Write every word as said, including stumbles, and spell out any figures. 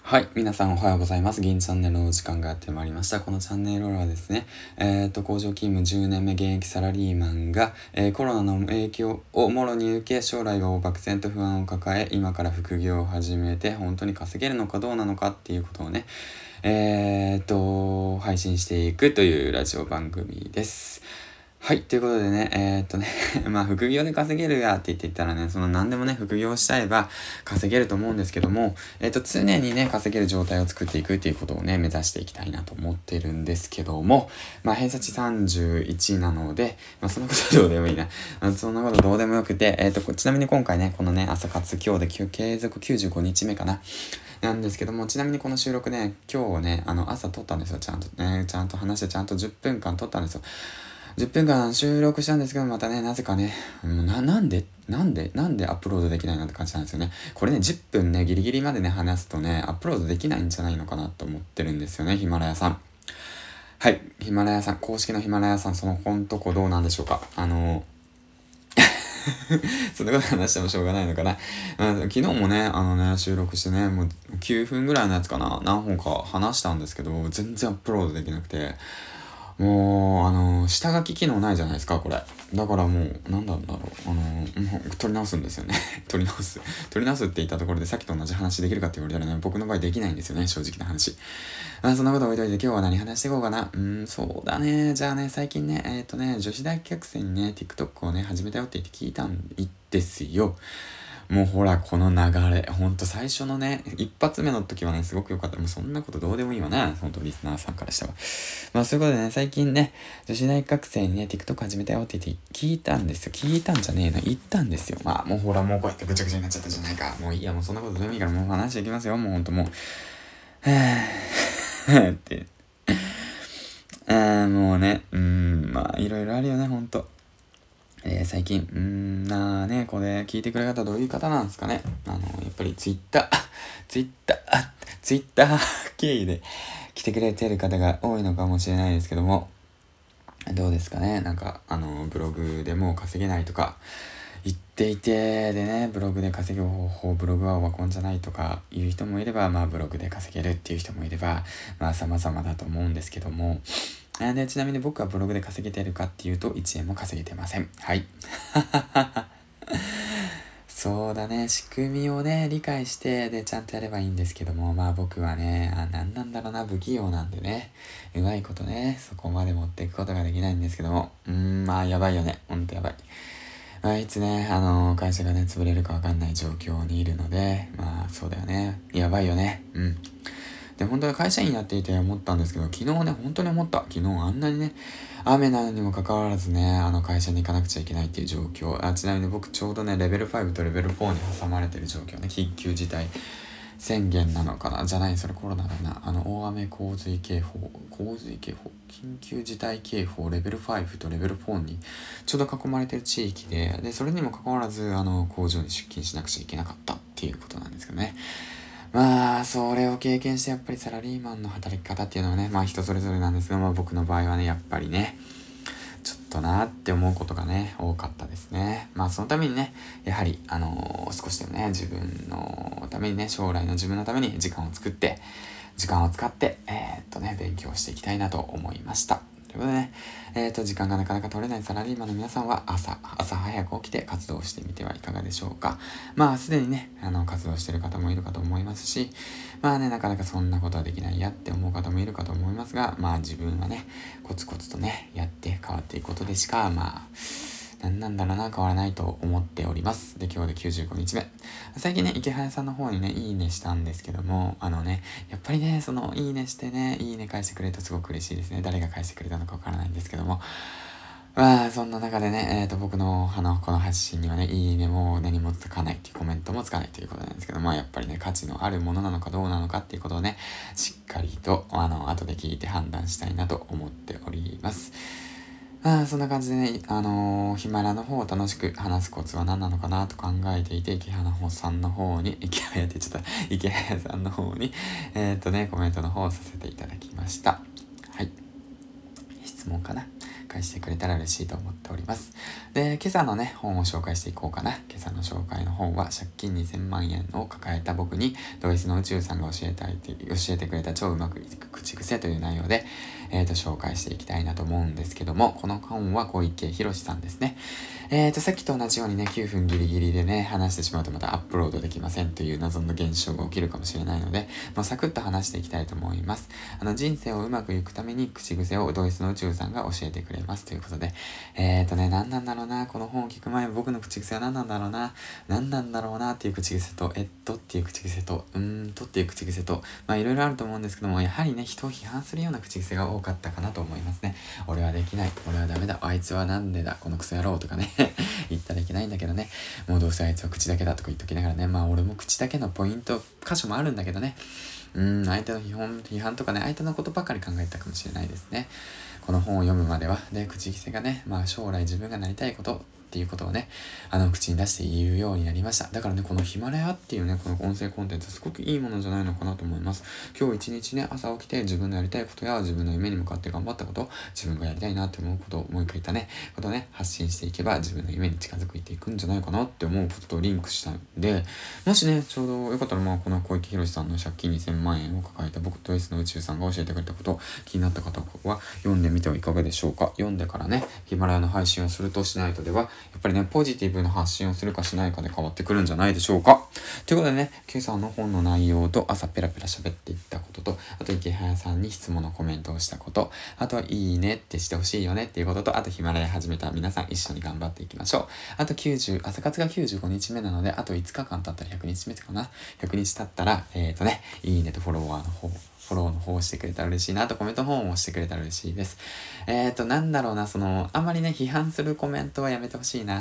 はい。皆さんおはようございます。銀チャンネルのお時間がやってまいりました。このチャンネルはですね、えっと、工場勤務じゅうねんめ現役サラリーマンが、えーコロナの影響をもろに受け、将来を漠然と不安を抱え、今から副業を始めて、本当に稼げるのかどうなのかっていうことをね、えっと、配信していくというラジオ番組です。はい。ということでね、えー、っとね、まあ、副業で稼げるやって言ってたらね、その何でもね、副業しちゃえば稼げると思うんですけども、えー、っと、常にね、稼げる状態を作っていくっていうことをね、目指していきたいなと思ってるんですけども、まあ、偏差値さんじゅういちなので、まあ、そんなことどうでもいいな。あそんなことどうでもよくて、えー、っと、ちなみに今回ね、このね、朝活今日で継続きゅうじゅうごにちめかな。なんですけども、ちなみにこの収録ね、今日ね、あの、朝撮ったんですよ。ちゃんとね、ちゃんと話してちゃんとじゅっぷんかん撮ったんですよ。じゅっぷんかん収録したんですけど、またね、なぜかね、もうな、なんでなんでなんでアップロードできないのって感じなんですよね。これね、じゅっぷんね、ギリギリまでね、話すとね、アップロードできないんじゃないのかなと思ってるんですよね、ヒマラヤさん。はい、ヒマラヤさん、公式のヒマラヤさん、その本とこどうなんでしょうか。あのそんなこと話してもしょうがないのかな。あ昨日もね、あのね、収録してね、もうきゅうふんぐらいのやつかな、何本か話したんですけど、全然アップロードできなくて、もう、あの、下書き機能ないじゃないですか、これ。だからもう、なんだろう、あの、もう、取り直すんですよね。取り直す。取り直すって言ったところで、さっきと同じ話できるかって言われたらね、僕の場合できないんですよね、正直な話。あ、そんなこと置いといて、今日は何話していこうかな。うーん、そうだね。じゃあね、最近ね、えっとね、女子大学生にね、TikTok をね、始めたよって言って聞いたんですよ。もうほら、この流れ。ほんと最初のね、一発目の時はね、すごく良かった。もうそんなことどうでもいいわな。ほんとリスナーさんからしたら。まあそういうことでね、最近ね、女子大学生にね、TikTok 始めたよって言って聞いたんですよ。聞いたんじゃねえな。言ったんですよ。まあもうほら、もうこうやってぐちゃぐちゃになっちゃったじゃないか。もういいや、もうそんなことどうでもいいからもう話していきますよ。もうほんともう。はぁって。あーもうね、うーん、まあいろいろあるよね、ほんと。えー、最近、うーん、なーね、これ聞いてくれる方どういう方なんですかね。あの、やっぱりツイッター、ツイッター、ツイッター経由で来てくれてる方が多いのかもしれないですけども、どうですかね。なんか、あの、ブログでもう稼げないとか言っていて、でね、ブログで稼ぐ方法、ブログはオワコンじゃないとかいう人もいれば、まあブログで稼げるっていう人もいれば、まあ様々だと思うんですけども、で、ちなみに僕はブログで稼げてるかっていうと、いちえんも稼げてません。はい。そうだね、仕組みをね、理解して、で、ちゃんとやればいいんですけども、まあ僕はね、あ、なんなんだろうな、不器用なんでね、うまいことね、そこまで持っていくことができないんですけども、うーん、まあやばいよね、ほんとやばい。まあいつね、あのー会社がね、潰れるかわかんない状況にいるので、まあそうだよね、やばいよね、うん。で、本当に会社員やっていて思ったんですけど、昨日ね、本当に思った。昨日あんなにね、雨なのにもかかわらずね、あの会社に行かなくちゃいけないっていう状況。あ、ちなみに僕ちょうどね、レベルファイブとレベルフォーに挟まれてる状況ね、緊急事態宣言なのかなじゃない、それコロナだな。あの、大雨洪水警報、洪水警報、緊急事態警報、レベルファイブとレベルフォーにちょうど囲まれてる地域で、で、それにもかかわらず、あの、工場に出勤しなくちゃいけなかったっていうことなんですけどね。まあ、それを経験してやっぱりサラリーマンの働き方っていうのはね、まあ人それぞれなんですが、まあ僕の場合はね、やっぱりね、ちょっとなーって思うことがね、多かったですね。まあそのためにね、やはり、あのー、少しでもね、自分のためにね、将来の自分のために時間を作って、時間を使って、えー、っとね、勉強していきたいなと思いました。ということでね、えっと、時間がなかなか取れないサラリーマンの皆さんは朝、朝早く起きて活動してみてはいかがでしょうか。まあ、すでにね、あの、活動してる方もいるかと思いますし、まあね、なかなかそんなことはできないやって思う方もいるかと思いますが、まあ自分はね、コツコツとね、やって変わっていくことでしか、まあ、なんなんだろうな、変わらないと思っております。で、今日できゅうじゅうごにちめ。最近ね、池早さんの方にね、いいねしたんですけども、あのね、やっぱりね、その、いいねしてね、いいね返してくれるとすごく嬉しいですね。誰が返してくれたのかわからないんですけども。まあ、そんな中でね、えっ、ー、と、僕の、あの、この発信にはね、いいねも何もつかないっていうコメントもつかないということなんですけど、まあ、やっぱりね、価値のあるものなのかどうなのかっていうことをね、しっかりと、あの、後で聞いて判断したいなと思っております。ああ、そんな感じでね、あのー、ヒマラの方を楽しく話すコツは何なのかなと考えていて、池原さんの方に、池早ってちょっと、池早さんの方に、えー、っとね、コメントの方をさせていただきました。はい。質問かな解してくれたら嬉しいと思っております。で、今朝のね、本を紹介していこうかな。今朝の紹介の本は、借金にせんまんえんを抱えた僕に、ドイツの宇宙さんが教えて教えてくれた超うまくいく口癖という内容で、えっと、紹介していきたいなと思うんですけども、この本は小池博さんですね。えっと、さっきと同じようにね、きゅうふんギリギリでね、話してしまうとまたアップロードできませんという謎の現象が起きるかもしれないので、もうサクッと話していきたいと思います。あの、人生をうまくいくために口癖をドイツの宇宙さんが教えてくれますということで、えっとね、何なんだろうな、この本を聞く前僕の口癖は何なんだろうな、何なんだろうなっていう口癖と、えっとっていう口癖と、うーんとっていう口癖と、まあいろいろあると思うんですけども、やはりね、人を批判するような口癖が多かったかなと思いますね。俺はできない、俺はダメだ、あいつはなんでだ、このクソ野郎とかね言ったらいけないんだけどね、もうどうせあいつは口だけだとか言っときながらね、まあ俺も口だけのポイント箇所もあるんだけどね、うーん、相手の批判、批判とかね、相手のことばかり考えたかもしれないですね。この本を読むまでは。で、口癖がね、まあ将来自分がなりたいことっていうことをね、あの、口に出して言うようになりました。だからね、このヒマラヤっていうね、この音声コンテンツすごくいいものじゃないのかなと思います。今日一日ね、朝起きて自分のやりたいことや自分の夢に向かって頑張ったこと、自分がやりたいなって思うことを思いくいたね、ことをね、発信していけば自分の夢に近づいていくんじゃないかなって思うこととリンクしたんで、もしね、ちょうどよかったらまあ、この小池博さんの借金にせんまんえんを抱えた僕と S の宇宙さんが教えてくれたこと、気になった方は読んでみてはいかがでしょうか。読んでからね、ヒマラヤの配信をするとしないとでは、やっぱりね、ポジティブな発信をするかしないかで変わってくるんじゃないでしょうか。ということでね、今朝の本の内容と朝ペラペラ喋っていったことと、あと池早さんに質問のコメントをしたこと、あとはいいねってしてほしいよねっていうことと、あとヒマラヤ始めた皆さん一緒に頑張っていきましょう。あときゅうじゅう、朝活がきゅうじゅうごにちめなので、あといつかかん経ったらひゃくにちめかな。ひゃくにち経ったら、えっとね、いいねとフォロワーの方、フォローの方をしてくれたら嬉しいなと、コメントの方を押してくれたら嬉しいです。えっと、なんだろうな、その、あんまりね、批判するコメントはやめてほしいな。